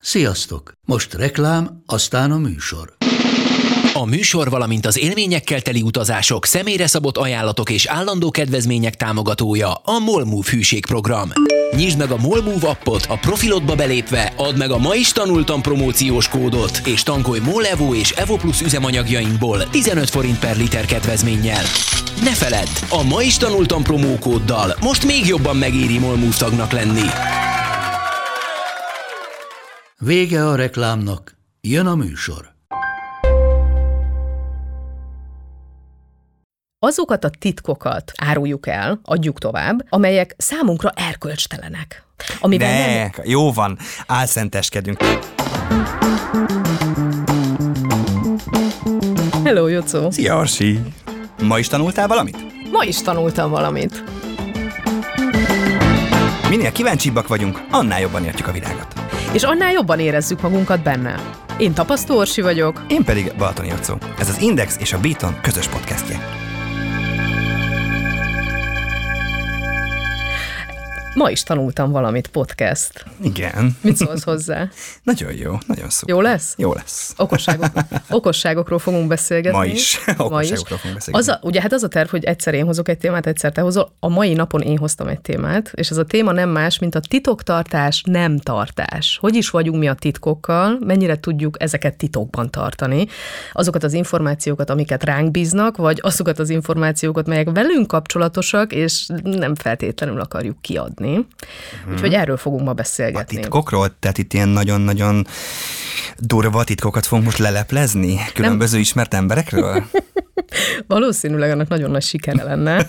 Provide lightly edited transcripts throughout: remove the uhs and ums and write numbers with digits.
Sziasztok! Most reklám, aztán a műsor. A műsor, valamint az élményekkel teli utazások, személyre szabott ajánlatok és állandó kedvezmények támogatója a MOLMOVE hűségprogram. Nyisd meg a MOLMOVE appot, a profilodba belépve, add meg a Ma is tanultam promóciós kódot, és tankolj MOL Evo és Evo Plus üzemanyagjainkból 15 forint per liter kedvezménnyel. Ne feledd, a Ma is tanultam promókóddal most még jobban megéri MOLMOVE tagnak lenni. Vége a reklámnak, jön a műsor. Azokat a titkokat áruljuk el, adjuk tovább, amelyek számunkra erkölcstelenek. Jó van, álszenteskedünk. Hello, Jocó! Szia, Orsi! Ma is tanultál valamit? Ma is tanultam valamit. Minél kíváncsibbak vagyunk, annál jobban értjük a világot. És annál jobban érezzük magunkat benne. Én Tapasztó Orsi vagyok. Én pedig Balatoni Jocó. Ez az Index és a Beaton közös podcastje. Ma is tanultam valamit, podcast. Igen. Mit szólsz hozzá? Nagyon jó, nagyon szuper. Jó lesz? Jó lesz. Okosságokról fogunk beszélgetni. Ma is. Okosságokról fogunk beszélgetni. Ugye az a terv, hogy egyszer én hozok egy témát, egyszer te hozol. A mai napon én hoztam egy témát, és ez a téma nem más, mint a titoktartás, nem tartás. Hogy is vagyunk mi a titkokkal, mennyire tudjuk ezeket titokban tartani. Azokat az információkat, amiket ránk bíznak, vagy azokat az információkat, melyek velünk kapcsolatosak, és nem feltétlenül akarjuk kiadni. Úgyhogy erről fogunk ma beszélgetni. A titkokról? Tehát itt ilyen nagyon-nagyon durva titkokat fogunk most leleplezni? Különböző ismert emberekről? Valószínűleg annak nagyon nagy sikere lenne.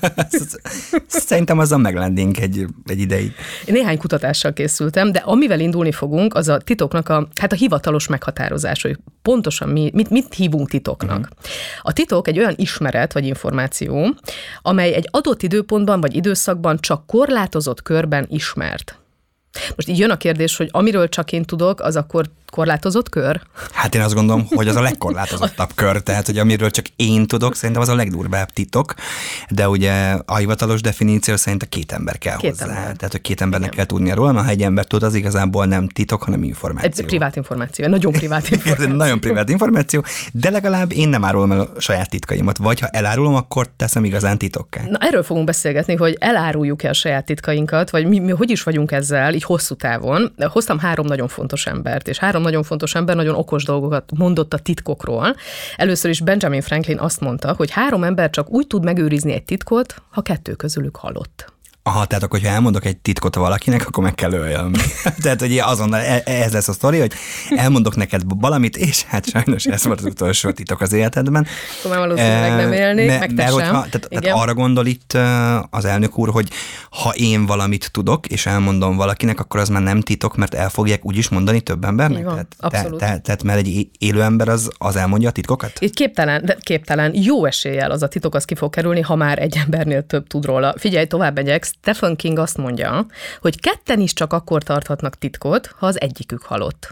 Szerintem azzal meglennénk egy ideig. Én néhány kutatással készültem, de amivel indulni fogunk, az a titoknak a hivatalos meghatározás, hogy pontosan mit hívunk titoknak. A titok egy olyan ismeret vagy információ, amely egy adott időpontban vagy időszakban csak korlátozott körben ismert. Most így jön a kérdés, hogy amiről csak én tudok, az akkor korlátozott kör? Hát én azt gondolom, hogy az a legkorlátozottabb kör, tehát hogy amiről csak én tudok, szerintem az a legdurvább titok, de ugye a hivatalos definíció szerint a két ember kell hozzá. Tehát, hogy két embernek kell tudnia róla, ha egy ember tud, az igazából nem titok, hanem információ. Egy privát információ, egy nagyon privát információ. Nagyon privát információ, de legalább én nem árulom el a saját titkaimat, vagy ha elárulom, akkor teszem igazán titokká. Na, erről fogunk beszélgetni, hogy eláruljuk-e a saját titkainkat, vagy mi hogy is vagyunk ezzel, így hosszú távon. Hoztam 3 nagyon fontos embert, és 3 nagyon fontos ember nagyon okos dolgokat mondott a titkokról. Először is Benjamin Franklin azt mondta, hogy 3 ember csak úgy tud megőrizni egy titkot, ha 2 közülük halott. Aha, tehát akkor, ha elmondok egy titkot valakinek, akkor meg kell öljön. Tehát, hogy azonnal ez lesz a sztori, hogy elmondok neked valamit, és hát sajnos ez volt az utolsó titok az életedben. Akkor már valószínűleg nem élnék, meg te sem. Tehát arra gondol itt az elnök úr, hogy ha én valamit tudok, és elmondom valakinek, akkor az már nem titok, mert el fogják úgyis mondani több embernek? Van, abszolút. Tehát mert egy élő ember az elmondja a titkokat? Így képtelen, jó eséllyel az a titok az ki fog kerülni, ha már egy embernél több tud róla. Figyelj, tovább megyek. Stephen King azt mondja, hogy 2 is csak akkor tarthatnak titkot, ha az egyikük halott.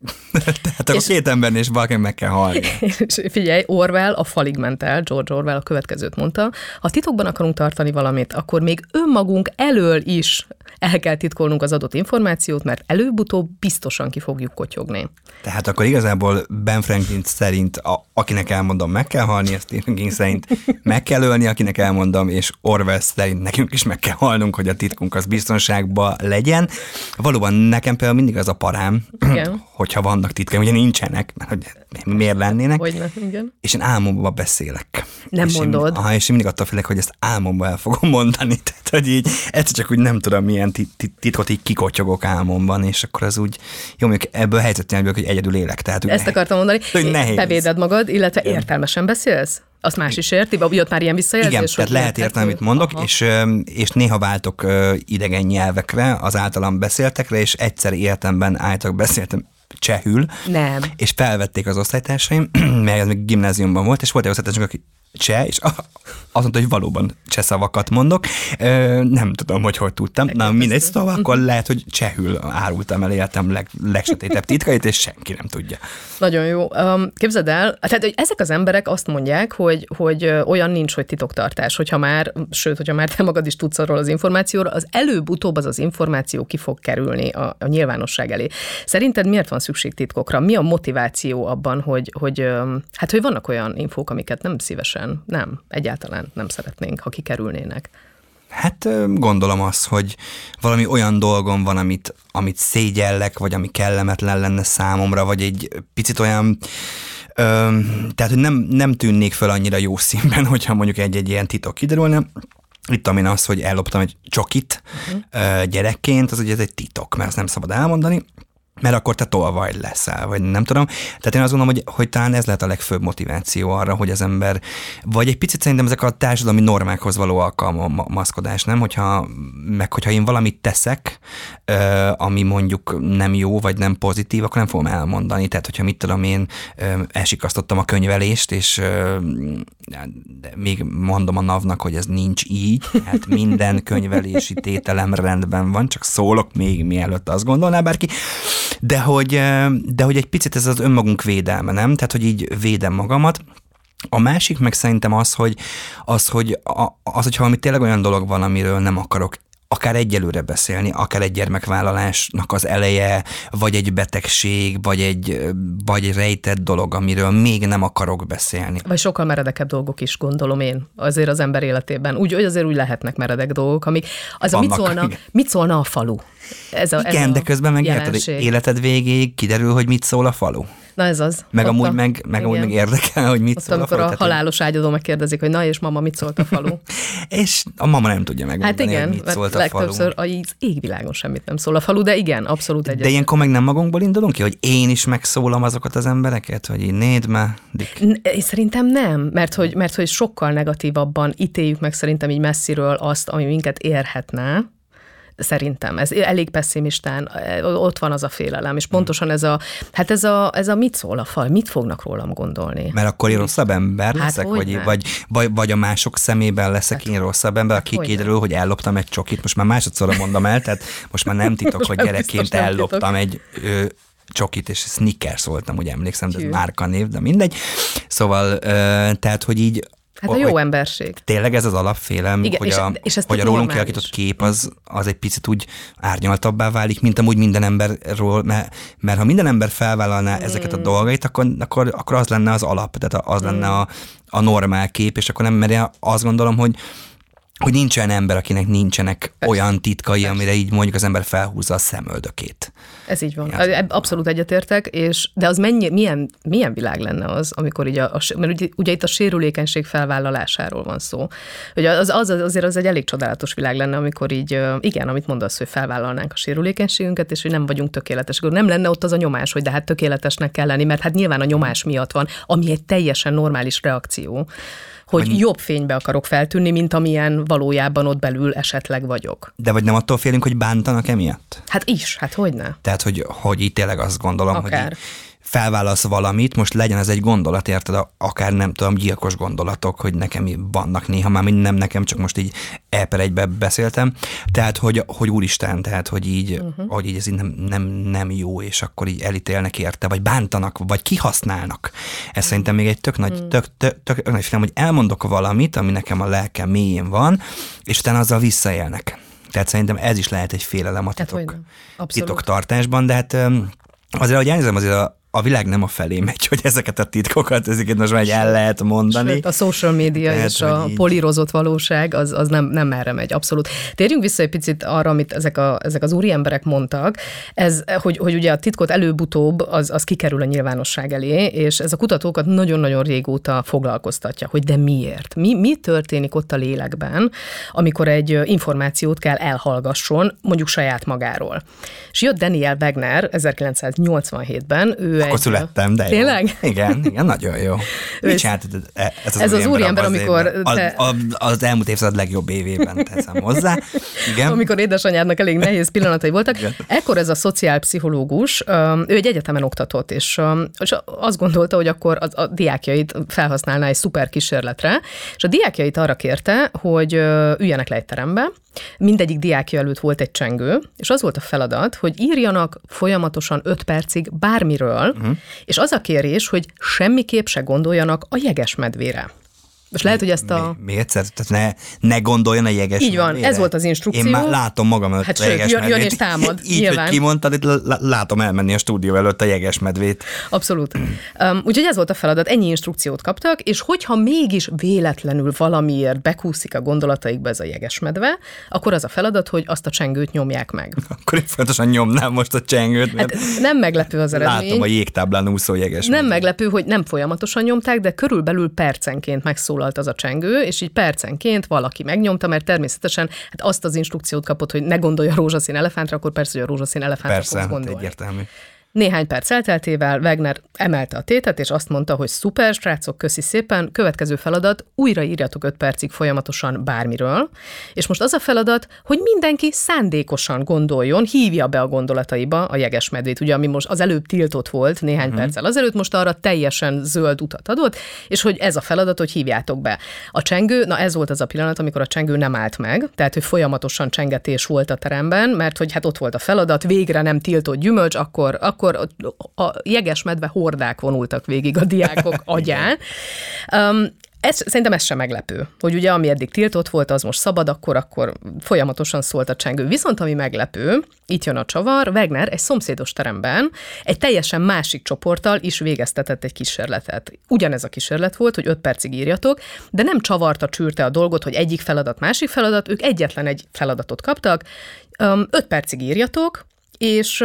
Tehát akkor 2 embernél is valaki meg kell halni. Figyelj, Orwell a falig ment el, George Orwell a következőt mondta, ha titokban akarunk tartani valamit, akkor még önmagunk elől is el kell titkolnunk az adott információt, mert előbb-utóbb biztosan ki fogjuk kotyogni. Tehát akkor igazából Ben Franklin szerint, akinek elmondom, meg kell halni, Stephen King szerint meg kell ölni, akinek elmondom, és Orwell szerint nekünk is meg kell halnunk, hogy a titkunk az biztonságban legyen. Valóban nekem például mindig az a parám, hogyha vannak titkaim, ugye nincsenek, mert hogy miért lennének. Hogyne, igen. És én álmomban beszélek. Nem és mondod. És én mindig attól félek, hogy ezt álmomban el fogom mondani. Tehát, hogy így egyszer csak úgy nem tudom, milyen titkot így kikotyogok álmomban, és akkor az úgy, jó, mondjuk ebből helyzetben hogy egyedül élek. Tehát, ezt akartam mondani. Bevéded magad, illetve értelmesen beszélsz? Azt más is érti? Jött már ilyen visszajelzés? Igen, tehát lehet érteni, amit mondok, és néha váltok idegen nyelvekre, az általam beszéltekre, és egyszer életemben állítólag beszéltem csehül, nem. És felvették az osztálytársaim, mert ez még gimnáziumban volt, és volt egy osztálytársunk, aki cseh, és azt mondta, hogy valóban cseh szavakat mondok. Nem tudom, hogy tudtam. Na, mindegy, szóval akkor lehet, hogy csehül árultam el életem legsötétebb titkait, és senki nem tudja. Nagyon jó. Képzeld el, tehát hogy ezek az emberek azt mondják, hogy olyan nincs, hogy titoktartás, hogyha már te magad is tudsz arról az információról, az előbb-utóbb az információ ki fog kerülni a nyilvánosság elé. Szerinted miért van szükség titkokra? Mi a motiváció abban, hogy vannak olyan infók, amiket nem szívesen, egyáltalán nem szeretnénk, ha kikerülnének? Hát gondolom az, hogy valami olyan dolgom van, amit szégyellek, vagy ami kellemetlen lenne számomra, vagy egy picit olyan, tehát hogy nem tűnnék föl annyira jó színben, hogyha mondjuk egy ilyen titok kiderülne. Itt amin az, hogy elloptam egy csokit gyerekként, az ugye ez egy titok, mert ezt nem szabad elmondani, mert akkor te tolvaj leszel, vagy nem tudom. Tehát én azt gondolom, hogy talán ez lehet a legfőbb motiváció arra, hogy az ember, vagy egy picit szerintem ezek a társadalmi normákhoz való alkalmazkodás, nem? Hogyha én valamit teszek, ami mondjuk nem jó, vagy nem pozitív, akkor nem fogom elmondani. Tehát, hogyha mit tudom én, elsikasztottam a könyvelést, és még mondom a NAV-nak, hogy ez nincs így, hát minden könyvelési tételem rendben van, csak szólok még mielőtt azt gondolná bárki. De hogy egy picit ez az önmagunk védelme, nem? Tehát, hogy így védem magamat. A másik meg szerintem hogyha valami tényleg olyan dolog van, amiről nem akarok akár egyelőre beszélni, akár egy gyermekvállalásnak az eleje, vagy egy betegség, vagy egy rejtett dolog, amiről még nem akarok beszélni. Vagy sokkal meredekebb dolgok is, gondolom én, azért az ember életében. Azért úgy lehetnek meredek dolgok, amik mit szólna a falu? Igen, de közben meg életed végéig kiderül, hogy mit szól a falu. Na ez az. Meg amúgy meg érdekel, hogy mit szól a falu. Amikor a halálos ágyadon megkérdezik, hogy na és mama, mit szólt a falu? És a mama nem tudja megmondani, hogy mit szólt a falu. Legtöbbször az égvilágon semmit nem szól a falu, de igen, abszolút egyet. De ilyenkor meg nem magunkból indulunk ki, hogy én is megszólam azokat az embereket, hogy így nézd már. Szerintem nem, mert hogy sokkal negatívabban ítéljük meg szerintem így messziről azt, ami minket érhetne. Szerintem. Ez elég pesszimistán, ott van az a félelem, és pontosan ez a mit szól a fal, mit fognak rólam gondolni? Mert akkor én rosszabb ember leszek, vagy a mások szemében leszek én rosszabb ember, aki kiderül, hogy elloptam egy csokit, most már másodszorra mondom el, tehát most már nem titok, hogy gyerekként elloptam egy csokit, és Snickers voltam, ugye emlékszem, de ez márkanév, de mindegy. Szóval, tehát, hogy így hát a jó emberség. Tényleg ez az alapfélelm, hogy a rólunk kialakított kép az egy picit úgy árnyaltabbá válik, mint amúgy minden emberről, mert ha minden ember felvállalná ezeket a dolgait, akkor az lenne az alap, tehát az lenne a normál kép, és akkor nem, mert azt gondolom, hogy nincs olyan ember, akinek nincsenek olyan titkai, amire így mondjuk az ember felhúzza a szemöldökét. Ez így van. Abszolút egyetértek, de az milyen világ lenne az, amikor így mert ugye itt a sérülékenység felvállalásáról van szó. Ugye azért az egy elég csodálatos világ lenne, amikor így, igen, amit mondasz, hogy felvállalnánk a sérülékenységünket, és hogy nem vagyunk tökéletesek. Akkor nem lenne ott az a nyomás, hogy de hát tökéletesnek kell lenni, mert hát nyilván a nyomás miatt van, ami egy teljesen normális reakció, hogy jobb fénybe akarok feltűnni, mint amilyen valójában ott belül esetleg vagyok. De vagy nem attól félünk, hogy bántanak emiatt? Hát hogyne. Tehát, hogy így tényleg azt gondolom, akár. Hogy felválasz valamit, most legyen ez egy gondolat, érted? Akár nem tudom, gyilkos gondolatok, hogy nekem vannak néha, már nem nekem, csak most így per egybe beszéltem. Tehát, hogy úristen, tehát, hogy így ez így nem jó, és akkor így elítélnek érte, vagy bántanak, vagy kihasználnak. Ez szerintem még egy tök nagy félelem, hogy elmondok valamit, ami nekem a lelkem mélyén van, és utána azzal visszaélnek. Tehát szerintem ez is lehet egy félelem a titoktartásban, de hát azért, ahogy elnézem, azért a világ nem a felé megy, hogy ezeket a titkokat, ezeket most már el lehet mondani. Sőt, a social media és a polírozott valóság az nem erre megy, abszolút. Térjünk vissza egy picit arra, amit ezek az úri emberek mondtak, hogy ugye a titkot előbb-utóbb az kikerül a nyilvánosság elé, és ez a kutatókat nagyon-nagyon régóta foglalkoztatja, hogy de miért? Mi történik ott a lélekben, amikor egy információt kell elhallgasson, mondjuk saját magáról. És jött Daniel Wegner 1987-ben, ő akkor születtem, de tényleg? Jó. Igen, nagyon jó. Mit csináltad ez az úriember, amikor az elmúlt évszázad legjobb évében teszem hozzá. Igen. Amikor édesanyádnak elég nehéz pillanatai voltak. Igen. Ekkor ez a szociálpszichológus, ő egy egyetemen oktatott, és azt gondolta, hogy akkor a diákjait felhasználná egy szuper kísérletre, és a diákjait arra kérte, hogy üljenek le egy terembe, mindegyik diákja előtt volt egy csengő, és az volt a feladat, hogy írjanak folyamatosan 5 percig bármiről, és az a kérés, hogy semmiképp se gondoljanak a jegesmedvére. Most lehet, hogy ezt Még egyszer? Tehát ne gondoljon a jegesmedvére? Így van, ez volt az instrukció. Én már látom magam előtt a jegesmedvét. Jön és támad, így, nyilván. Hogy kimondtad, itt látom elmenni a stúdió előtt a jegesmedvét. Abszolút. Úgyhogy ez volt a feladat, ennyi instrukciót kaptak, és hogyha mégis véletlenül valamiért bekúszik a gondolataikba ez a jegesmedve, akkor az a feladat, hogy azt a csengőt nyomják meg. Akkor én folyamatosan nyomnám most a csengőt. Mert nem meglepő az eredmény. Látom a jégtáblán úszó jegesmedvét. Nem meglepő, hogy nem folyamatosan nyomták, de körülbelül percenként megszólalt az a csengő, és így percenként valaki megnyomta, mert természetesen azt az instrukciót kapott, hogy ne gondolj a rózsaszín elefántra, akkor persze, hogy a rózsaszín elefántra fogsz gondolni. Egyértelmű. Néhány perc elteltével Wegner emelte a tétet, és azt mondta, hogy szuper, srácok, köszi szépen, következő feladat, újra írjatok 5 percig folyamatosan bármiről, és most az a feladat, hogy mindenki szándékosan gondoljon, hívja be a gondolataiba a jegesmedvét, ugye, ami most az előbb tiltott volt néhány perccel azelőtt, most arra teljesen zöld utat adott, és hogy ez a feladat, hogy hívjátok be. A csengő, na ez volt az a pillanat, amikor a csengő nem állt meg, tehát hogy folyamatosan csengetés volt a teremben, mert hogy hát ott volt a feladat, végre nem tiltott gyümölcs, akkor a jegesmedve hordák vonultak végig a diákok agyán. Szerintem ez sem meglepő, hogy ugye ami eddig tiltott volt, az most szabad, akkor folyamatosan szólt a csengő. Viszont ami meglepő, itt jön a csavar, Wegner egy szomszédos teremben egy teljesen másik csoporttal is végeztetett egy kísérletet. Ugyanez a kísérlet volt, hogy 5 percig írjatok, de nem csavarta, csűrte a dolgot, hogy egyik feladat, másik feladat, ők egyetlen egy feladatot kaptak, 5 percig írjatok, és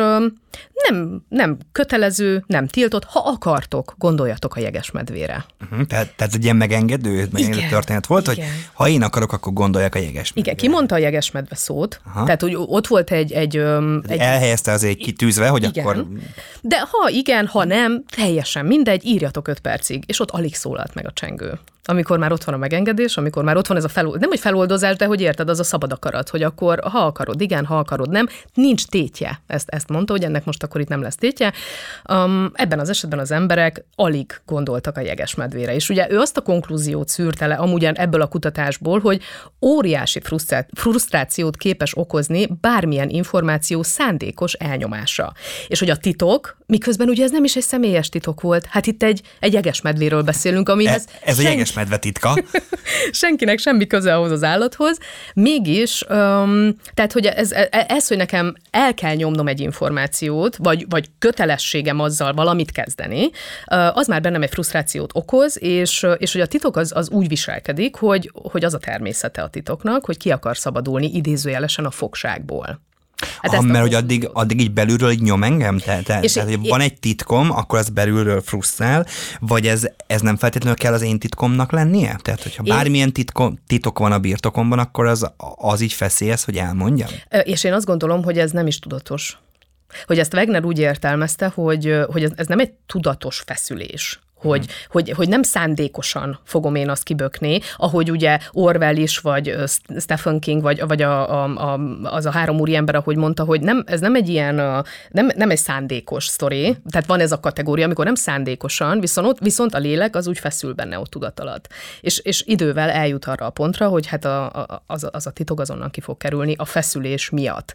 nem kötelező, nem tiltott, ha akartok, gondoljatok a jegesmedvére. Tehát egy ilyen megengedő történet volt, igen. Hogy ha én akarok, akkor gondoljak a jegesmedvére. Igen, kimondta a jegesmedve szót, tehát hogy ott volt egy elhelyezte azért kitűzve, hogy igen. Akkor... De ha igen, ha nem, teljesen mindegy, írjatok 5 percig, és ott alig szólalt meg a csengő. Amikor már ott van a megengedés, amikor már ott van ez a nem hogy feloldozás, de hogy érted, az a szabad akarat, hogy akkor ha akarod, igen, ha akarod, nem, nincs tétje. Ezt mondta, hogy ennek most akkor itt nem lesz tétje. Ebben az esetben az emberek alig gondoltak a jegesmedvére. És ugye ő azt a konklúziót szűrte le amúgy ebből a kutatásból, hogy óriási frusztrációt képes okozni bármilyen információ szándékos elnyomása. És hogy a titok, miközben ugye ez nem is egy személyes titok volt, hát itt egy jegesmedvéről beszélünk, amihez... Ez a jegesmedve titka. Senkinek semmi köze ahhoz az állathoz. Mégis, tehát hogy ez, hogy nekem el kell nyomnom egy információt, vagy kötelességem azzal valamit kezdeni, az már bennem egy frusztrációt okoz, és hogy a titok az úgy viselkedik, hogy az a természete a titoknak, hogy ki akar szabadulni idézőjelesen a fogságból. Hát mert hogy addig így belülről így nyom engem? Tehát, hogy van egy titkom, akkor az belülről frusztrál, vagy ez nem feltétlenül kell az én titkomnak lennie? Tehát, hogyha bármilyen titok van a birtokomban, akkor az így feszélyez, hogy elmondjam? És én azt gondolom, hogy ez nem is tudatos. Hogy ezt Wegner úgy értelmezte, hogy ez nem egy tudatos feszülés. Hogy nem szándékosan fogom én azt kibökni, ahogy ugye Orwell is, vagy Stephen King, vagy az a 3 úriember, ahogy mondta, hogy ez nem egy ilyen, nem egy szándékos sztori, tehát van ez a kategória, amikor nem szándékosan, viszont a lélek az úgy feszül benne ott tudat alatt. És idővel eljut arra a pontra, hogy hát az a titok azonnal ki fog kerülni a feszülés miatt.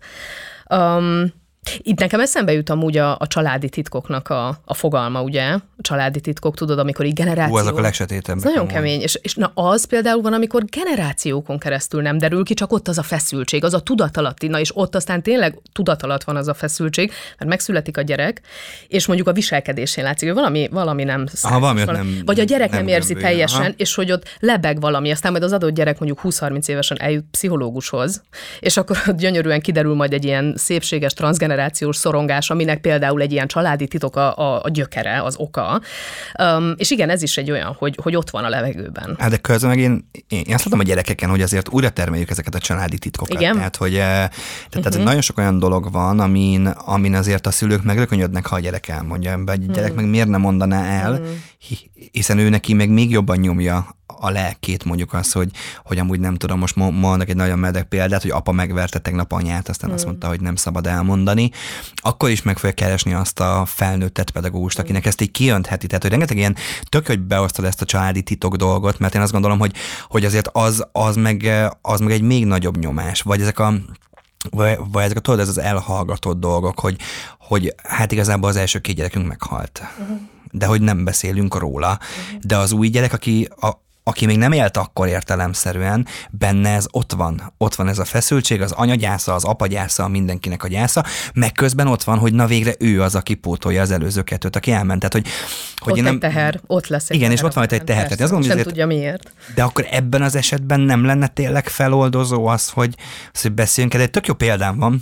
Itt nekem eszembe jut amúgy a családi titkoknak a fogalma, ugye? A családi titkok, tudod, amikor így generáció... azok a legsötétebb. Ez nagyon kemény, és na az például van, amikor generációkon keresztül nem derül ki, csak ott az a feszültség, az a tudatalatti, na és ott aztán tényleg tudatalat van az a feszültség, mert megszületik a gyerek, és mondjuk a viselkedésén látszik, hogy valami nem nem, vagy a gyerek nem érzi teljesen, és hogy ott lebeg valami, aztán majd az adott gyerek mondjuk 20-30 évesen eljut pszichológushoz, és akkor gyönyörűen kiderül majd egy ilyen szépséges transgenerációs generációs szorongás, aminek például egy ilyen családi titok a gyökere, az oka. És igen, ez is egy olyan, hogy ott van a levegőben. Hát de közben meg én azt látom a gyerekeken, hogy azért újra termeljük ezeket a családi titkokat. Igen? Tehát, hogy tehát nagyon sok olyan dolog van, amin azért a szülők megrökönyödnek, ha a gyerek elmondja, be egy gyerek meg miért nem mondaná el, hiszen ő neki meg még jobban nyomja a lelkét, mondjuk az, hogy amúgy nem tudom, most mondok egy nagyon meredek példát, hogy apa megverte tegnap anyát, aztán azt mondta, hogy nem szabad elmondani, akkor is meg fogja keresni azt a felnőttet pedagógust, akinek ezt így kijöntheti. Tehát, hogy rengeteg ilyen tök, hogy beosztod ezt a családi titok dolgot, mert én azt gondolom, hogy azért az meg egy még nagyobb nyomás, vagy ezek tudod, ez az elhallgatott dolgok, hogy hát igazából az első 2 gyerekünk meghalt. De hogy nem beszélünk róla. De az új gyerek, aki még nem élt akkor értelemszerűen, benne ez ott van ez a feszültség, az anyagyásza, az apagyásza, mindenkinek a gyásza, meg közben ott van, hogy na végre ő az, aki pótolja az előző 2-t, aki elment. Tehát, hogy ott én nem... egy teher, ott lesz egy igen, teher. És ott van egy teher. Tehát azt nem tudja miért. De akkor ebben az esetben nem lenne tényleg feloldozó az, hogy beszéljünk el. Egy tök jó példám van,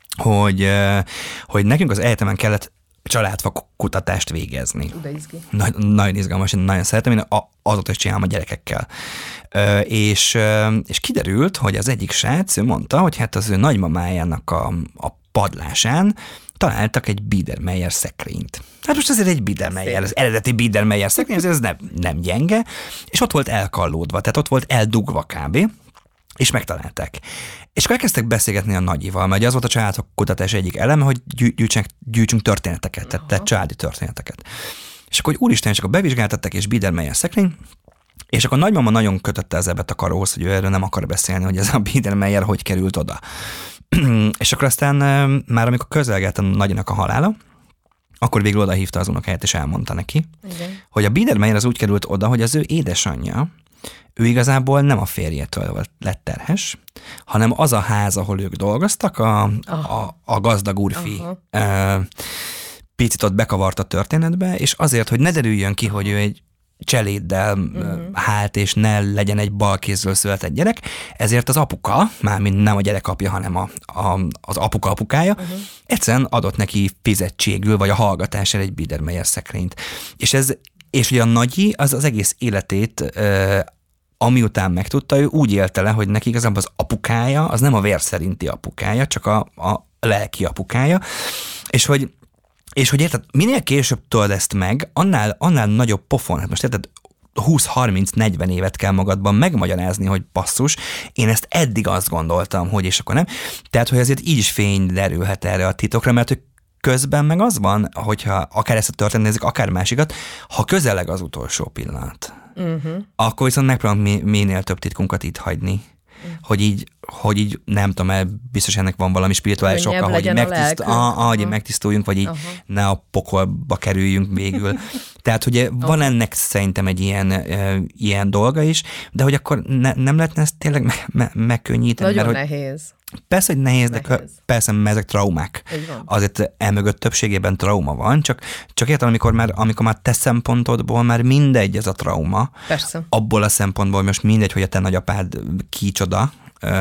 hogy nekünk az egyetemen kellett családfa kutatást végezni. De izgi. Nagyon izgalmas, én nagyon szeretem, én azóta is csinálom a gyerekekkel. És kiderült, hogy az egyik srác, ő mondta, hogy hát az ő nagymamájának a padlásán találtak egy Biedermeier szekrényt. Hát most azért egy Biedermeier, az eredeti Biedermeier szekrény, ez nem gyenge, és ott volt elkallódva, tehát ott volt eldugva kb., és megtalálták. És akkor elkezdtek beszélgetni a nagyival, mert az volt a családkutatás egyik eleme, hogy gyűjtsünk történeteket, tehát családi történeteket. És akkor, hogy úristen, csak bevizsgáltatták, és Biedermeier szekrény, és akkor a nagymama nagyon kötötte az ebet a karóhoz, hogy ő erről nem akar beszélni, hogy ez a Biedermeier hogy került oda. És akkor aztán már amikor közelgelt a nagyinak a halála, akkor végül oda hívta az unokáját, és elmondta neki, hogy a Biedermeier az úgy került oda, hogy az ő édesanyja, ő igazából nem a férjétől lett terhes, hanem az a ház, ahol ők dolgoztak, a gazdag úrfi picit ott bekavart a történetbe, és azért, hogy ne derüljön ki, hogy ő egy cseléddel hált, és ne legyen egy balkézről született gyerek, ezért az apuka, mármint nem a gyerek apja, hanem az apuka apukája, egyszerűen adott neki fizetségül, vagy a hallgatásra egy Biedermeier szekrényt. És ugye a nagyi az egész életét, amiután megtudta, ő úgy élte le, hogy neki igazából az apukája, az nem a vér szerinti apukája, csak a lelki apukája, és hogy érted, minél később tudod ezt meg, annál nagyobb pofon, hát most érted, 20-30-40 évet kell magadban megmagyarázni, hogy basszus, én ezt eddig azt gondoltam, hogy és akkor nem. Tehát, hogy azért így is fény derülhet erre a titokra, mert hogy közben meg az van, hogyha akár ezt a történet nézzük, akár másikat, ha közeleg az utolsó pillanat, akkor viszont megpróbálunk minél több titkunkat itt hagyni. Hogy így nem tudom, biztos ennek van valami spirituális oka, hogy megtisztuljunk, vagy így ne a pokolba kerüljünk végül. Tehát ugye van ennek szerintem egy ilyen dolga is, de hogy akkor nem lehetne ezt tényleg megkönnyíteni. Nagyon nehéz. Persze, hogy nehéz, de persze, mert ezek traumák. Azért emögött többségében trauma van, csak értem, amikor már te szempontodból már mindegy ez a trauma. Persze. Abból a szempontból most mindegy, hogy a te nagyapád kicsoda,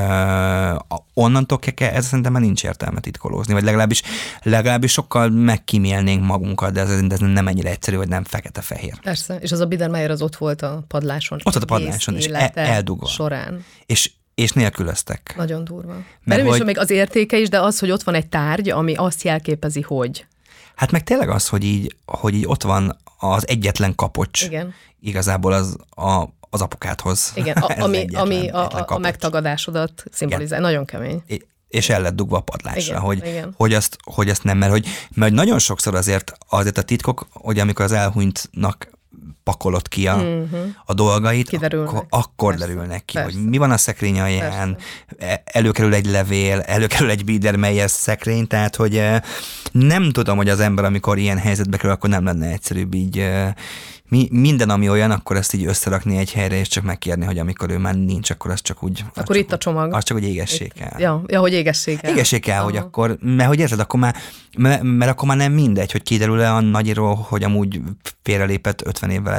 onnantól ez szerintem már nincs értelme titkolózni, vagy legalábbis sokkal megkímélnénk magunkat, de ez nem ennyire egyszerű, vagy nem fekete-fehér. Persze, és az a Biedermeier az ott volt a padláson. Ott volt a padláson, és eldugva. Során. És nélkülöztek. Nagyon durva. Mert nem is még az értéke is, de az, hogy ott van egy tárgy, ami azt jelképezi, hogy. Hát meg tényleg az, hogy így ott van az egyetlen kapocs. Igen. Igazából az apukádhoz. Igen, ami a megtagadásodat szimbolizál. Igen. Nagyon kemény. És el lett dugva a padlásra, igen, hogy azt nem, mert nagyon sokszor azért a titkok, hogy amikor az elhunytnak pakolod ki a dolgait, akkor derülnek ki, hogy mi van a szekrény alján, előkerül egy levél, előkerül egy Biedermeier szekrény, tehát hogy nem tudom, hogy az ember, amikor ilyen helyzetbe kerül, akkor nem lenne egyszerűbb így minden, ami olyan, akkor ezt így összerakni egy helyre, és csak megkérni, hogy amikor ő már nincs, akkor az csak úgy... Akkor itt a csomag. Az csak, hogy égessék el. Ja, hogy égessék el. Égessék el, hogy akkor, mert hogy érted, akkor már, mert akkor már nem mindegy, hogy kiderül-e a nagyiról, hogy amúgy félrelépett 50 évvel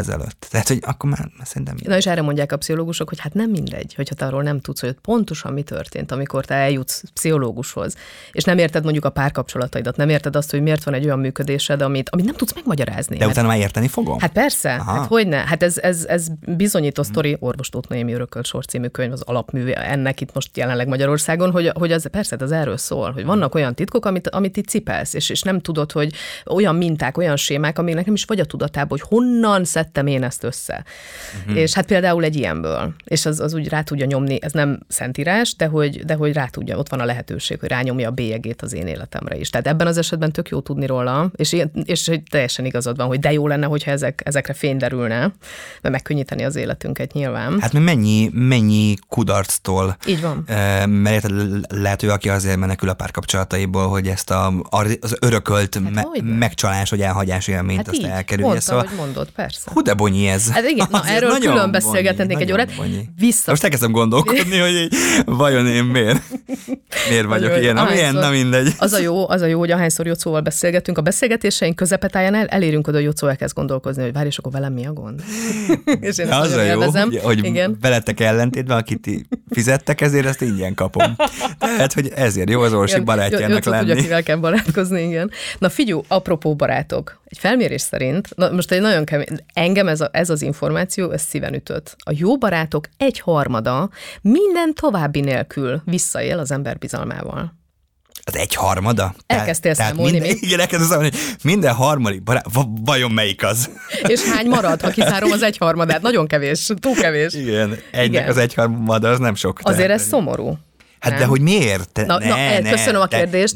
ezelőtt. Tehát, hogy akkor már szerintem... Na és erre mondják a pszichológusok, hogy hát nem mindegy, hogyha te arról nem tudsz, hogy pontosan mi történt, amikor te eljutsz pszichológushoz, és nem érted mondjuk a párkapcsolataidat, nem érted azt, hogy miért van egy olyan működésed, amit nem tudsz megmagyarázni. De utána már érteni fogom? Hát persze, hát hogyne. Hát ez bizonyító sztori, Orvos Tóth Noémi Örökölt sors című könyv, az alapműve ennek itt most jelenleg Magyarországon, hogy az persze az erről szól, hogy vannak olyan titkok, amit itt cipelsz, és nem tudod, hogy olyan minták, olyan sémák, amiknek nem is vagy a tudatában, hogy honnan szedtem én ezt össze. És hát például egy ilyenből. És az úgy rá tudja nyomni, ez nem szentírás, de hogy rá tudja, ott van a lehetőség, hogy rányomja a bélyegét az én életemre is. Tehát ebben az esetben tök jó tudni róla, és teljesen igazad van, hogy de jó lenne, hogyha ezekre fény derülne, mert megkönnyíteni az életünket nyilván. Hát mennyi kudarctól. Így van. Mert lehet, aki azért menekül a párkapcsolataiból, hogy ezt az örökölt megcsalás, vagy elhagyás élményt azt elkerülje. Mondta, szóval, hogy mondod, persze. Hú, de bonyi ez. Hát igen, erről külön beszélgetnék egy órát. Most elkezdtem gondolkodni, hogy így, vajon én miért vagyok ilyen, amilyen, na mindegy. Az a jó, hogy ahányszor Jocóval beszélgetünk, a beszélgetéseink közepetáján elérünk oda, hogy Jocó elkezd gondolkozni, hogy várj, és akkor velem mi a gond? És én az a jó, hogy veletek ellentétben, akit fizettek, ezért ezt ingyen kapom. Tehát, hogy ezért jó az Orsi barátjának lenni. Tudja, kivel kell barátkozni, igen. Na figyelj, apropó barátok, egy felmérés szerint, most egy nagyon kemény, engem ez az információ, ez szíven ütött. A jó barátok 1/3 minden további nélkül visszaél az ember bizalmával. Az 1/3? Elkezdtél számolni még? Igen, elkezdtél számolni, hogy minden harmadik barát, vajon melyik az? És hány marad, ha kizárom az 1/3? Nagyon kevés, túl kevés. Igen, egynek az 1/3 az nem sok. Azért ez szomorú. Hát de hogy miért? Köszönöm a kérdést.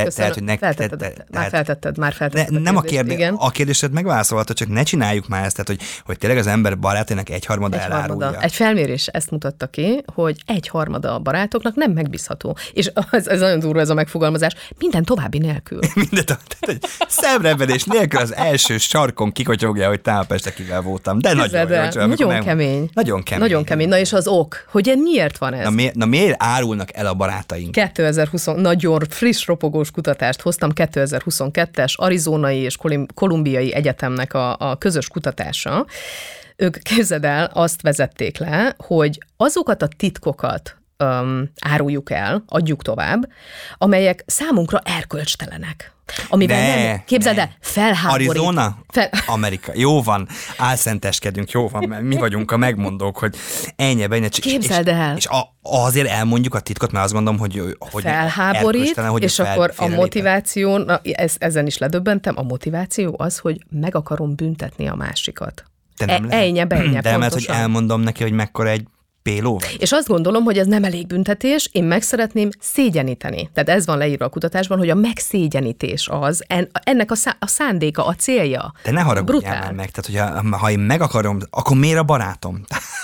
Már feltetted. Nem a kérdés. A kérdésed megválaszolhatod, csak ne csináljuk már ezt, tehát, hogy tényleg az ember barátének 1/3 elárulja. Egy felmérés ezt mutatta ki, hogy 1/3 a barátoknak nem megbízható. És ez nagyon durva ez a megfogalmazás, minden további nélkül. Szemrevedés nélkül az első sarkon kikotyogja, hogy tegnap este kivel voltam. De nagyon kemény. Nagyon kemény. Na és az ok, hogy miért van ez? Na miért árulnak el a barátaink? 2020, nagyon friss, ropogós kutatást hoztam, 2022-es arizonai és kolumbiai egyetemnek a közös kutatása. Ők, képzeld el, azt vezették le, hogy azokat a titkokat áruljuk el, adjuk tovább, amelyek számunkra erkölcstelenek. Amivel nem, képzeld el, felháborít. Arizona? Amerika. Jó van, álszenteskedünk, jó van, mert mi vagyunk a megmondók, hogy ennyi. Képzeld el. És azért elmondjuk a titkot, mert azt gondolom, hogy felháborít, hogy és akkor a motiváció, ezen is ledöbbentem, a motiváció az, hogy meg akarom büntetni a másikat. Ennyi, de mert, hogy elmondom neki, hogy mekkora egy péló vagy. És azt gondolom, hogy ez nem elég büntetés, én meg szeretném szégyeníteni. Tehát ez van leírva a kutatásban, hogy a megszégyenítés az, ennek a szándéka, a célja. De ne haragudjál már meg, tehát ha én meg akarom, akkor miért a barátom?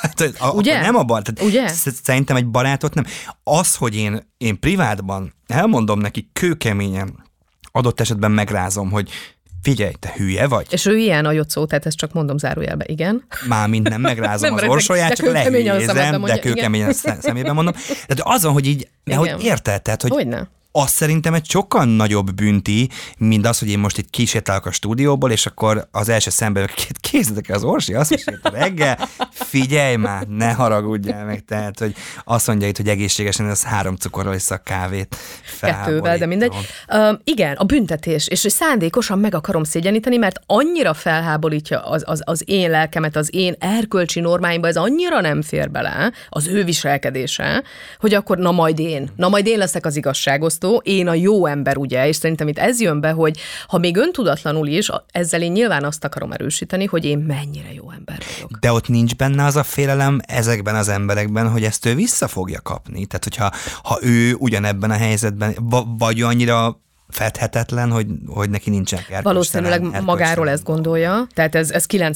Ugye? Nem a barát. Ugye? Szerintem egy barátot nem. Az, hogy én privátban elmondom neki kőkeményen, adott esetben megrázom, hogy figyelj, te hülye vagy. És ő ilyen a Jocó, tehát ezt csak mondom zárójelbe, igen. Mármint nem megrázom az orsolyát, csak lehülyézem, de kőkeményen szemében mondom. Tehát azon, hogy így, hogy érted, tehát, hogy hogyne? Az szerintem egy sokkal nagyobb bünti, mint az, hogy én most itt kísértelek a stúdióból, és akkor az első szemben készítek az Orsi, azt is reggel, figyelj már, ne haragudjál meg, tehát, hogy azt mondja itt, hogy egészségesen az 3 cukorral vissza a kávét. 2-vel, de mindegy. Igen, a büntetés, és szándékosan meg akarom szégyeníteni, mert annyira felháborítja az én lelkemet, az én erkölcsi normáimba, ez annyira nem fér bele, az ő viselkedése, hogy akkor na majd én leszek az igazságosztó, én a jó ember, ugye, és szerintem itt ez jön be, hogy ha még öntudatlanul is, ezzel én nyilván azt akarom erősíteni, hogy én mennyire jó ember vagyok. De ott nincs benne az a félelem ezekben az emberekben, hogy ezt ő vissza fogja kapni. Tehát, hogyha ő ugyanebben a helyzetben, vagy annyira fedhetetlen, hogy neki nincsen erkölcstelen. Valószínűleg magáról ezt gondolja, tehát ez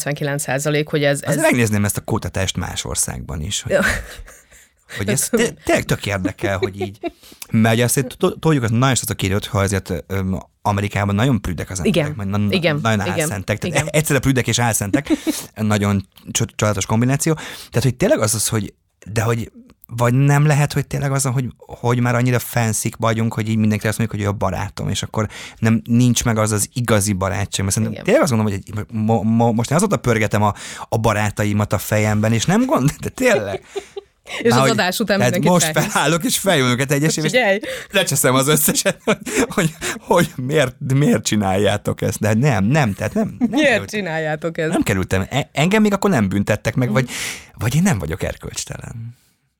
99%, hogy ez... Megnézném ezt a kutatást más országban is, hogy ez tényleg tök érdekel, hogy így. Mert azt tudjuk, hogy nagyon sokszor kiírott, ha azért Amerikában nagyon prüdek az emberek, nagyon álszentek. Tehát egyszerre prüdek és álszentek, nagyon csodálatos kombináció. Tehát, hogy tényleg az, hogy Vagy nem lehet, hogy tényleg az, hogy már annyira fenszik vagyunk, hogy így mindenki azt mondjuk, hogy ő a barátom, és akkor nincs meg az igazi barátság. Mert szerintem tényleg azt mondom, hogy most én azóta pörgetem a barátaimat a fejemben, és nem de tényleg. És az adás után mindenki most felállok, és feljön őket egyesével, és lecseszem az összeset, hogy miért csináljátok ezt. De nem. Miért csináljátok ezt? Nem kerültem. Engem még akkor nem büntettek meg, vagy én nem vagyok erkölcstelen.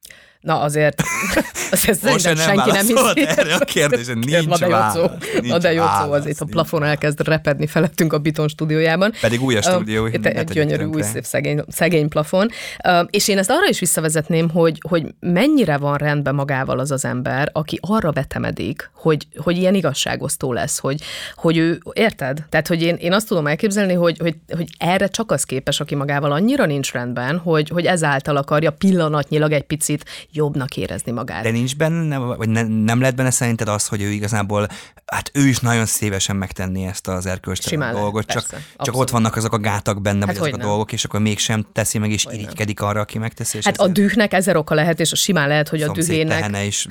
Na azért szerintem senki nem hiszi. Erre a kérdésre nincs válasz. De jó szó, az itt a plafon elkezd repedni felettünk a Biton stúdiójában. Pedig új a stúdió. Egy gyönyörű, új szép szegény plafon. És én ezt arra is visszavezetném, hogy mennyire van rendben magával az ember, aki arra vetemedik, hogy ilyen igazságosztó lesz, hogy ő, érted? Tehát, hogy én azt tudom elképzelni, hogy erre csak az képes, aki magával annyira nincs rendben, hogy ezáltal akarja pillanatnyilag egy picit jobbnak érezni magát. De nincs benne, vagy nem lehet benne szerinted az, hogy ő igazából, hát ő is nagyon szívesen megtenni ezt az erkölcstelen dolgot, csak ott vannak azok a gátak benne, vagy azok a dolgok, és akkor mégsem teszi meg, és irigykedik arra, aki megteszi. Hát a dühnek 1000 oka lehet, és simán lehet, hogy a dühének... is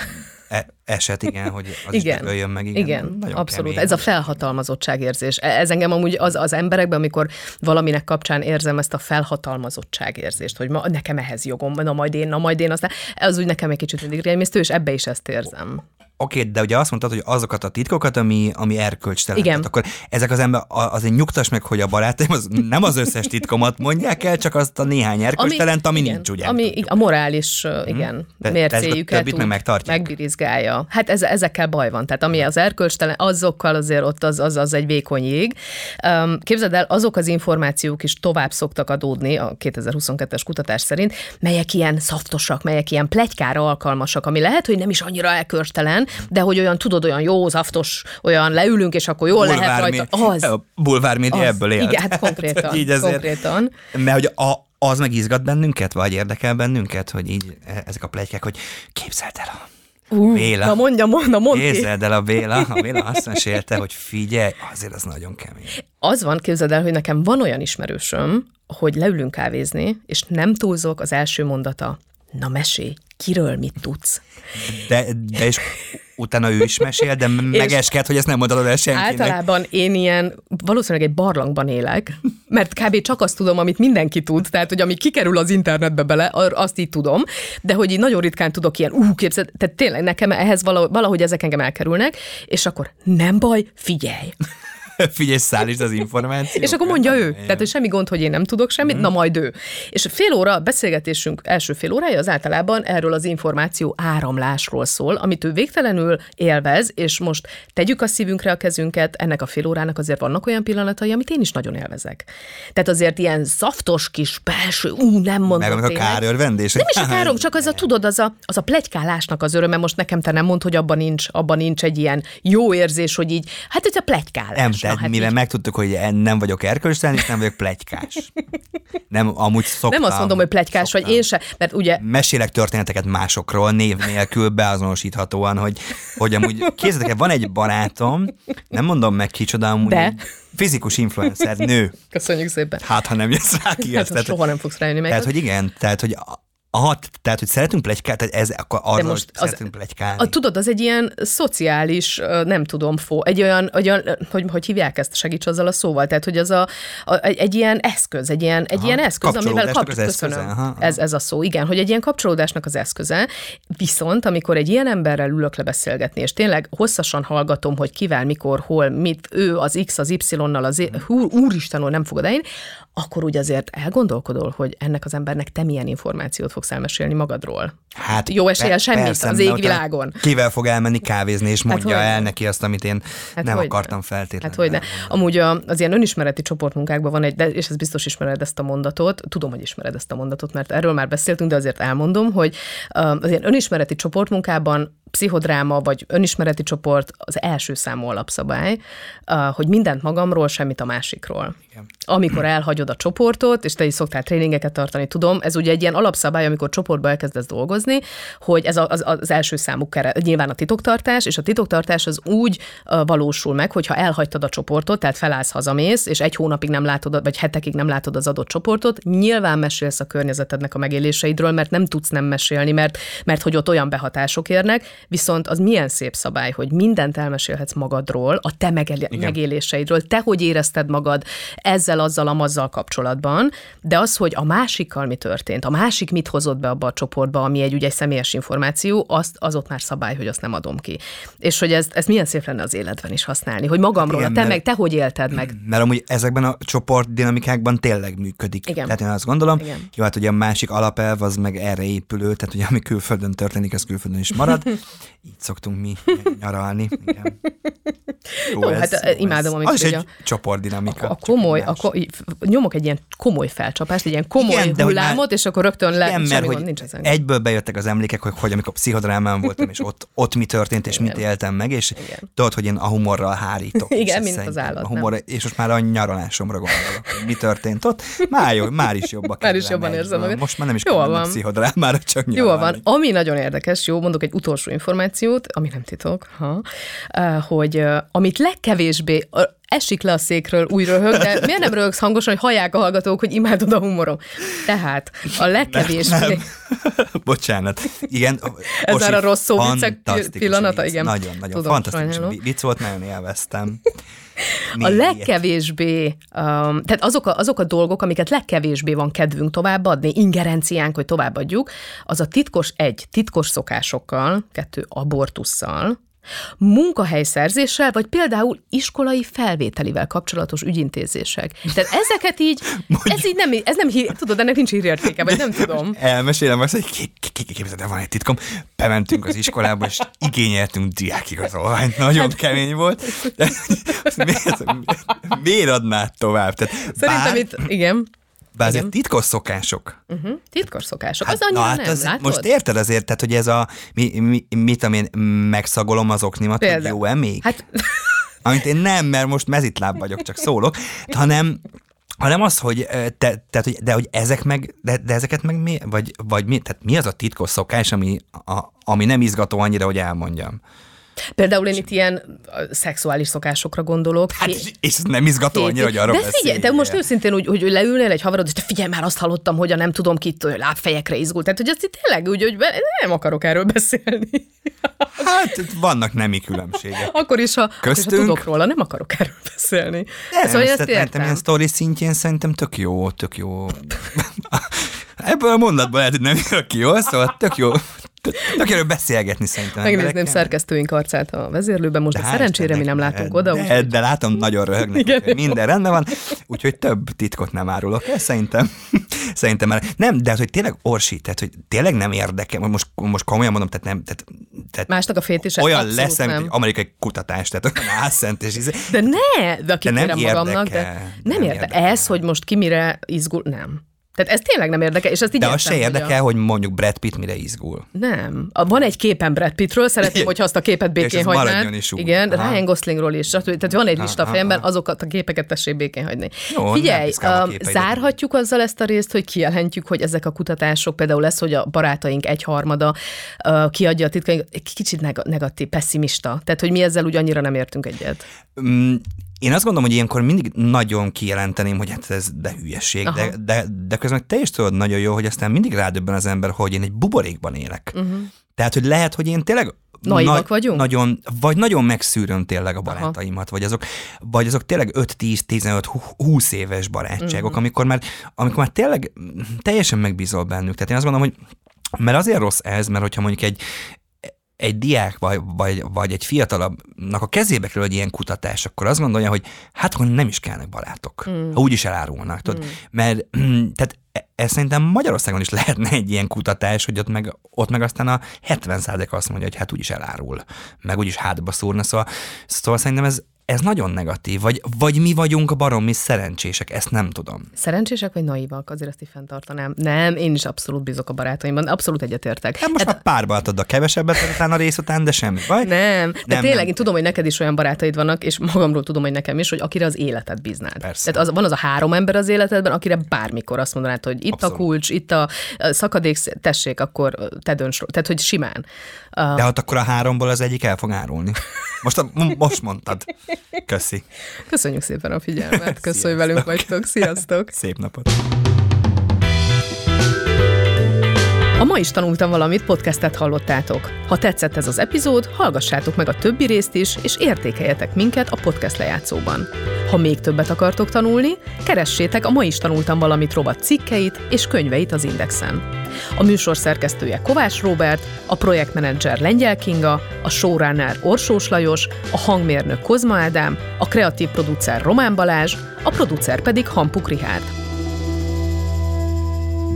eset, igen, hogy az is megöljön meg. Igen, abszolút. Ez a felhatalmazottságérzés. Ez engem amúgy az emberekben, amikor valaminek kapcsán érzem ezt a felhatalmazottságérzést, hogy nekem ehhez jogom, na majd én, aztán ez úgy nekem egy kicsit mindig rémisztő, és ebbe is ezt érzem. Oké, de ugye azt mondtad, hogy azokat a titkokat, ami erkölcstelen. Igen. Akkor ezek az ember, azért nyugtass meg, hogy a barátaim nem az összes titkomat mondják el, csak azt a néhány erkölcstelent, ami nincs, ugye? Ami a morális, mércéjüket megbirizgálja. Hát ezekkel baj van. Tehát ami az erkölcstelen, azokkal azért ott az egy vékony jég. Képzeld el, azok az információk is tovább szoktak adódni a 2022-es kutatás szerint, melyek ilyen szaftosak, melyek ilyen pletykára alkalmasak, ami lehet, hogy nem is annyira erkölcstelen, de hogy olyan, tudod, olyan jó, zaftos, olyan leülünk, és akkor jól lehet rajta. A bulvármédia ebből élt. Igen, hát konkrétan. Így konkrétan. Mert hogy az meg izgat bennünket, vagy érdekel bennünket, hogy így ezek a pletykák, hogy képzeld el a Béla. Na mondd ki. Képzeld el a Béla azt mesélte, hogy figyelj, azért az nagyon kemény. Az van, képzeld el, hogy nekem van olyan ismerősöm, hogy leülünk kávézni, és nem túlzok, az első mondata, na mesélj, kiről mit tudsz? De és utána ő is mesél, de megesked, hogy ezt nem mondod el senkinek. Általában én valószínűleg egy barlangban élek, mert kb. Csak azt tudom, amit mindenki tud, tehát, hogy ami kikerül az internetbe bele, azt így tudom, de hogy így nagyon ritkán tudok ilyen, képzeld, tehát tényleg nekem ehhez valahogy ezek engem elkerülnek, és akkor nem baj, figyelj. Figyelj, szállítsd az információt. És akkor mondja ő. Tehát, hogy semmi gond, hogy én nem tudok semmit, na majd ő. És fél óra, beszélgetésünk első fél órája az általában erről az információ áramlásról szól, amit ő végtelenül élvez, és most tegyük a szívünkre a kezünket, ennek a fél órának azért vannak olyan pillanatai, amit én is nagyon élvezek. Tehát azért ilyen szaftos kis belső, nem mondom. Meg a kárörvendés. Nem is a károm, csak tudod, az a pletykálásnak az öröme, most nekem te nem mondd, hogy abban nincs egy ilyen jó érzés, hogy így, hát ez a pletykálás. Tehát mivel megtudtuk, hogy nem vagyok erkölcstelen, és nem vagyok pletykás. Nem, amúgy szoktam. Nem azt mondom, hogy pletykás vagy, én se, mert ugye... Mesélek történeteket másokról, név nélkül, beazonosíthatóan, hogy amúgy képzeljétek, van egy barátom, nem mondom meg kicsoda, amúgy fizikus influencer, nő. Köszönjük szépen. Hát, ha nem jössz rá ki. Hát, soha nem fogsz rájönni meg. Tehát, hogy igen, tehát, hogy hogy szeretünk pletykálni, tehát ez akkor arról, hogy szeretünk pletykálni. Tudod, az egy ilyen szociális, nem tudom, egy olyan hogy hívják ezt, segíts azzal a szóval, tehát, hogy az egy ilyen eszköz, egy ilyen eszköz, amivel köszönöm. Ez a szó, igen, hogy egy ilyen kapcsolódásnak az eszköze, viszont amikor egy ilyen emberrel ülök le beszélgetni, és tényleg hosszasan hallgatom, hogy kivel, mikor, hol, mit, ő, az X, az Y-nal, az úristenül nem fogod eljönni, akkor úgy azért elgondolkodol, hogy ennek az embernek te milyen információt fogsz elmesélni magadról. Hát jó eséllyel semmit persze, az égvilágon. Kivel fog elmenni kávézni, és mondja el neki azt, amit én nem akartam feltétlenül. Hát hogyne. Amúgy az ilyen önismereti csoportmunkákban van és ez biztos ismered ezt a mondatot, tudom, hogy ismered ezt a mondatot, mert erről már beszéltünk, de azért elmondom, hogy az ilyen önismereti csoportmunkában pszichodráma vagy önismereti csoport az első számú alapszabály, hogy mindent magamról, semmit a másikról. Igen. Amikor elhagyod a csoportot, és te is szoktál tréningeket tartani, tudom, ez ugye egy ilyen alapszabály, amikor csoportba elkezdesz dolgozni, hogy ez az első számú keret, nyilván a titoktartás, és a titoktartás az úgy valósul meg, hogyha elhagytad a csoportot, tehát felállsz, hazamész, és egy hónapig nem látod, vagy hetekig nem látod az adott csoportot, nyilván mesélsz a környezetednek a megéléseidről, mert nem tudsz nem mesélni, mert hogy ott olyan behatások érnek, viszont az milyen szép szabály, hogy mindent elmesélhetsz magadról, a te megéléseidről, te hogy érezted magad ezzel, azzal, amazzal kapcsolatban, de az, hogy a másikkal mi történt, a másik mit hozott be abba a csoportba, ami egy ugye személyes információ, az ott már szabály, hogy azt nem adom ki. És hogy ez milyen szép lenne az életben is használni, hogy magamról, igen, te hogy élted meg. Mert amúgy ezekben a csoport dinamikákban tényleg működik. Igen. Tehát én azt gondolom, jó, hát ugye a másik alapelv az meg erre épülő, tehát ugye ami külföldön történik, az külföldön is marad. Így szoktunk mi nyaralni. Igen. Jó, hát imádom, amikor az egy csoportdinamika. Nyomok egy ilyen komoly felcsapást, egy ilyen komoly hullámot, és akkor rögtön semmi gond nincs ezen. Egyből bejöttek az emlékek, hogy amikor pszichodrámán voltam, és ott mi történt, és mit éltem meg, és tudod, hogy én a humorral hárítok. Igen, mint az állat. A humor, és most már a nyaralásomra gondolok, hogy mi történt ott. Már is jobbak. Már is jobban érzem magad. Most már nem is kell pszichodrámára, csak nyaralni. Jól van. Ami nagyon érdekes, mondok egy utolsó információt, ami nem titok, hogy amit legkevésbé esik le a székről, úgy röhög, de miért nem röhögsz hangosan, hogy hallják a hallgatók, hogy imádod a humorom? Tehát a legkevésbé... Nem. Bocsánat. Igen. Ez már a rossz szó viccek pillanata, igen. Nagyon tudom, fantasztikus vicc volt, nagyon élveztem. A legkevésbé, tehát azok a dolgok, amiket legkevésbé van kedvünk továbbadni, ingerenciánk, hogy továbbadjuk, az a titkos szokásokkal, 2 abortusszal, munkahelyszerzéssel, vagy például iskolai felvételivel kapcsolatos ügyintézések. Tehát ezeket így, ez nem tudod, ennek nincs hírértéke, vagy nem tudom. Elmesélem azt, hogy képzeld, van egy titkom, bementünk az iskolába, és igényeltünk diákigazolványt. Nagyon kemény volt. Miért adnád tovább? Szerintem igen. Bár ezek titkos szokások. Titkos szokások. Az annyira nem, látod? Most érted azért, tehát, hogy ez a, mit tudom én, megszagolom az oknimat, hogy jó-e még? Hát... Amit én nem, mert most mezitláb vagyok, csak szólok, hanem az, hogy, hogy ezek meg, de ezeket meg mi, vagy mi, tehát mi az a titkos szokás, ami nem izgató annyira, hogy elmondjam? Például én itt ilyen szexuális szokásokra gondolok. Hát, és ez nem izgató annyira, hogy arra beszélj. De most őszintén úgy, hogy leülnél egy haverod, és te figyelj már, azt hallottam, hogy a nem tudom kit, lábfejekre izgult. Tehát, hogy azt itt tényleg úgy, hogy nem akarok erről beszélni. Hát, vannak nemi különbségek. Akkor is, ha tudok róla, nem akarok erről beszélni. Szerintem ilyen sztori szintjén szerintem tök jó. Ebből a mondatban lehet, hogy nem jön ki jól, szóval tök jó. Tök erről beszélgetni szerintem. Megnézném szerkesztőink arcát a vezérlőben, most de szerencsére mi nem látunk oda. De látom, nagyon röhögnek, hogy minden rendben van, úgyhogy több titkot nem árulok el, szerintem már. Nem, de hogy tényleg Orsi, tehát hogy tényleg nem érdekel, most komolyan mondom, tehát nem. Tehát másnak a fétise olyan lesz, mint egy amerikai kutatás, tehát olyan álszent és de akikérem magamnak, de nem érdekel. Ez, hogy most ki mire izgul, nem. Tehát ez tényleg nem érdekel, és azt így de az se érdekel, hogy mondjuk Brad Pitt mire izgul. Nem. Van egy képen Brad Pittről, szeretném, hogyha azt a képet békén hagynád. Igen, Ryan Goslingról is. Tehát van egy lista a fejemben, azokat a képeket tessék békén hagyni. Jó, figyelj, zárhatjuk azzal ezt a részt, hogy kijelentjük, hogy ezek a kutatások, például lesz, hogy a barátaink 1/3 kiadja a titkaink, kicsit negatív, pessimista. Tehát, hogy mi ezzel úgy annyira nem értünk egyet. Én azt gondolom, hogy ilyenkor mindig nagyon kijelenteném, hogy hát ez de hülyeség, de közben te is tudod nagyon jó, hogy aztán mindig rádöbben az ember, hogy én egy buborékban élek. Tehát, hogy lehet, hogy én tényleg naivak vagyunk? Nagyon megszűröm tényleg a barátaimat, vagy azok tényleg 5-10-15-20 éves barátságok, amikor már tényleg teljesen megbízol bennük. Tehát én azt gondolom, hogy mert azért rossz ez, mert hogyha mondjuk egy diák vagy egy fiatalabbnak a kezébe kerül egy ilyen kutatás, akkor azt gondolja, hogy hát akkor nem is kellnek barátok, ha úgyis elárulnak. Tudod? Mert tehát ez szerintem Magyarországon is lehetne egy ilyen kutatás, hogy ott meg aztán a 70% azt mondja, hogy hát úgyis elárul, meg úgyis hátba szúrna. Szóval szerintem ez nagyon negatív, vagy mi vagyunk baromi szerencsések, ezt nem tudom. Szerencsések vagy naívak? Azért ezt így fenntartanám. Nem, én is abszolút bízok a barátaimban, abszolút egyetértek. Hát most már párba adod a kevesebbet után a rész után, de semmi baj. Nem, de tényleg én tudom, hogy neked is olyan barátaid vannak, és magamról tudom, hogy nekem is, hogy akire az életet bíznád. Persze. Tehát van az a 3 ember az életedben, akire bármikor azt mondanád, hogy itt abszolút. a kulcs, itt a szakadék, tessék, akkor te dönts, tehát hogy simán. De hát akkor a 3-ból az egyik el fog árulni. Most mondtad. Köszi. Köszönjük szépen a figyelmet, köszönjük, hogy velünk vagytok, sziasztok! Szép napot! A Ma is tanultam valamit podcastet hallottátok. Ha tetszett ez az epizód, hallgassátok meg a többi részt is, és értékeljetek minket a podcast lejátszóban. Ha még többet akartok tanulni, keressétek a Ma is tanultam valamit rovat cikkeit és könyveit az Indexen. A műsor szerkesztője Kovács Róbert, a projektmenedzser Lengyel Kinga, a showrunner Orsós Lajos, a hangmérnök Kozma Ádám, a kreatív producer Román Balázs, a producer pedig Hampuk Richárd.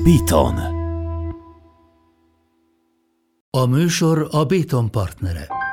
Beaton. A műsor a Béton partnere.